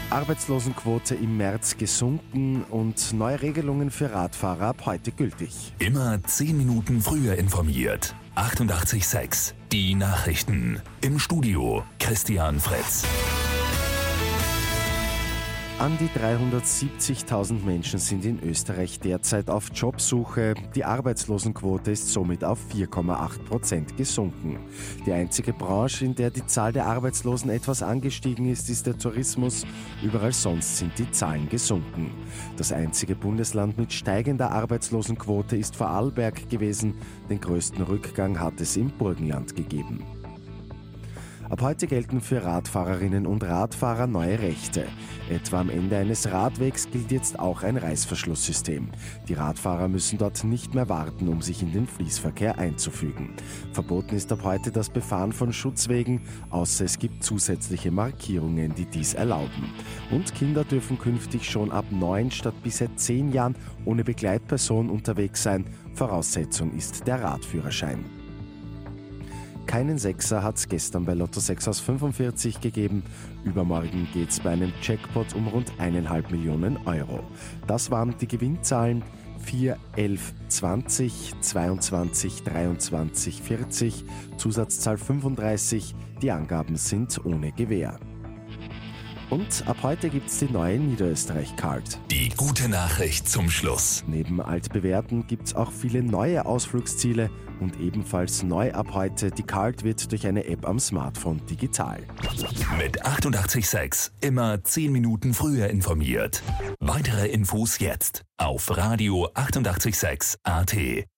Arbeitslosenquote im März gesunken und neue Regelungen für Radfahrer ab heute gültig. Immer 10 Minuten früher informiert. 88,6. Die Nachrichten. Im Studio Christian Fritz. An die 370.000 Menschen sind in Österreich derzeit auf Jobsuche. Die Arbeitslosenquote ist somit auf 4,8% gesunken. Die einzige Branche, in der die Zahl der Arbeitslosen etwas angestiegen ist, ist der Tourismus. Überall sonst sind die Zahlen gesunken. Das einzige Bundesland mit steigender Arbeitslosenquote ist Vorarlberg gewesen. Den größten Rückgang hat es im Burgenland gegeben. Ab heute gelten für Radfahrerinnen und Radfahrer neue Rechte. Etwa am Ende eines Radwegs gilt jetzt auch ein Reißverschlusssystem. Die Radfahrer müssen dort nicht mehr warten, um sich in den Fließverkehr einzufügen. Verboten ist ab heute das Befahren von Schutzwegen, außer es gibt zusätzliche Markierungen, die dies erlauben. Und Kinder dürfen künftig schon ab 9 statt bisher 10 Jahren ohne Begleitperson unterwegs sein. Voraussetzung ist der Radführerschein. Keinen Sechser hat es gestern bei Lotto 6 aus 45 gegeben. Übermorgen geht es bei einem Jackpot um rund 1,5 Millionen Euro. Das waren die Gewinnzahlen 4, 11, 20, 22, 23, 40, Zusatzzahl 35. Die Angaben sind ohne Gewähr. Und ab heute gibt es die neue Niederösterreich-Card. Die gute Nachricht zum Schluss. Neben altbewährten gibt es auch viele neue Ausflugsziele und ebenfalls neu ab heute, die Card wird durch eine App am Smartphone digital. Mit 88,6 immer 10 Minuten früher informiert. Weitere Infos jetzt auf Radio 88,6 AT.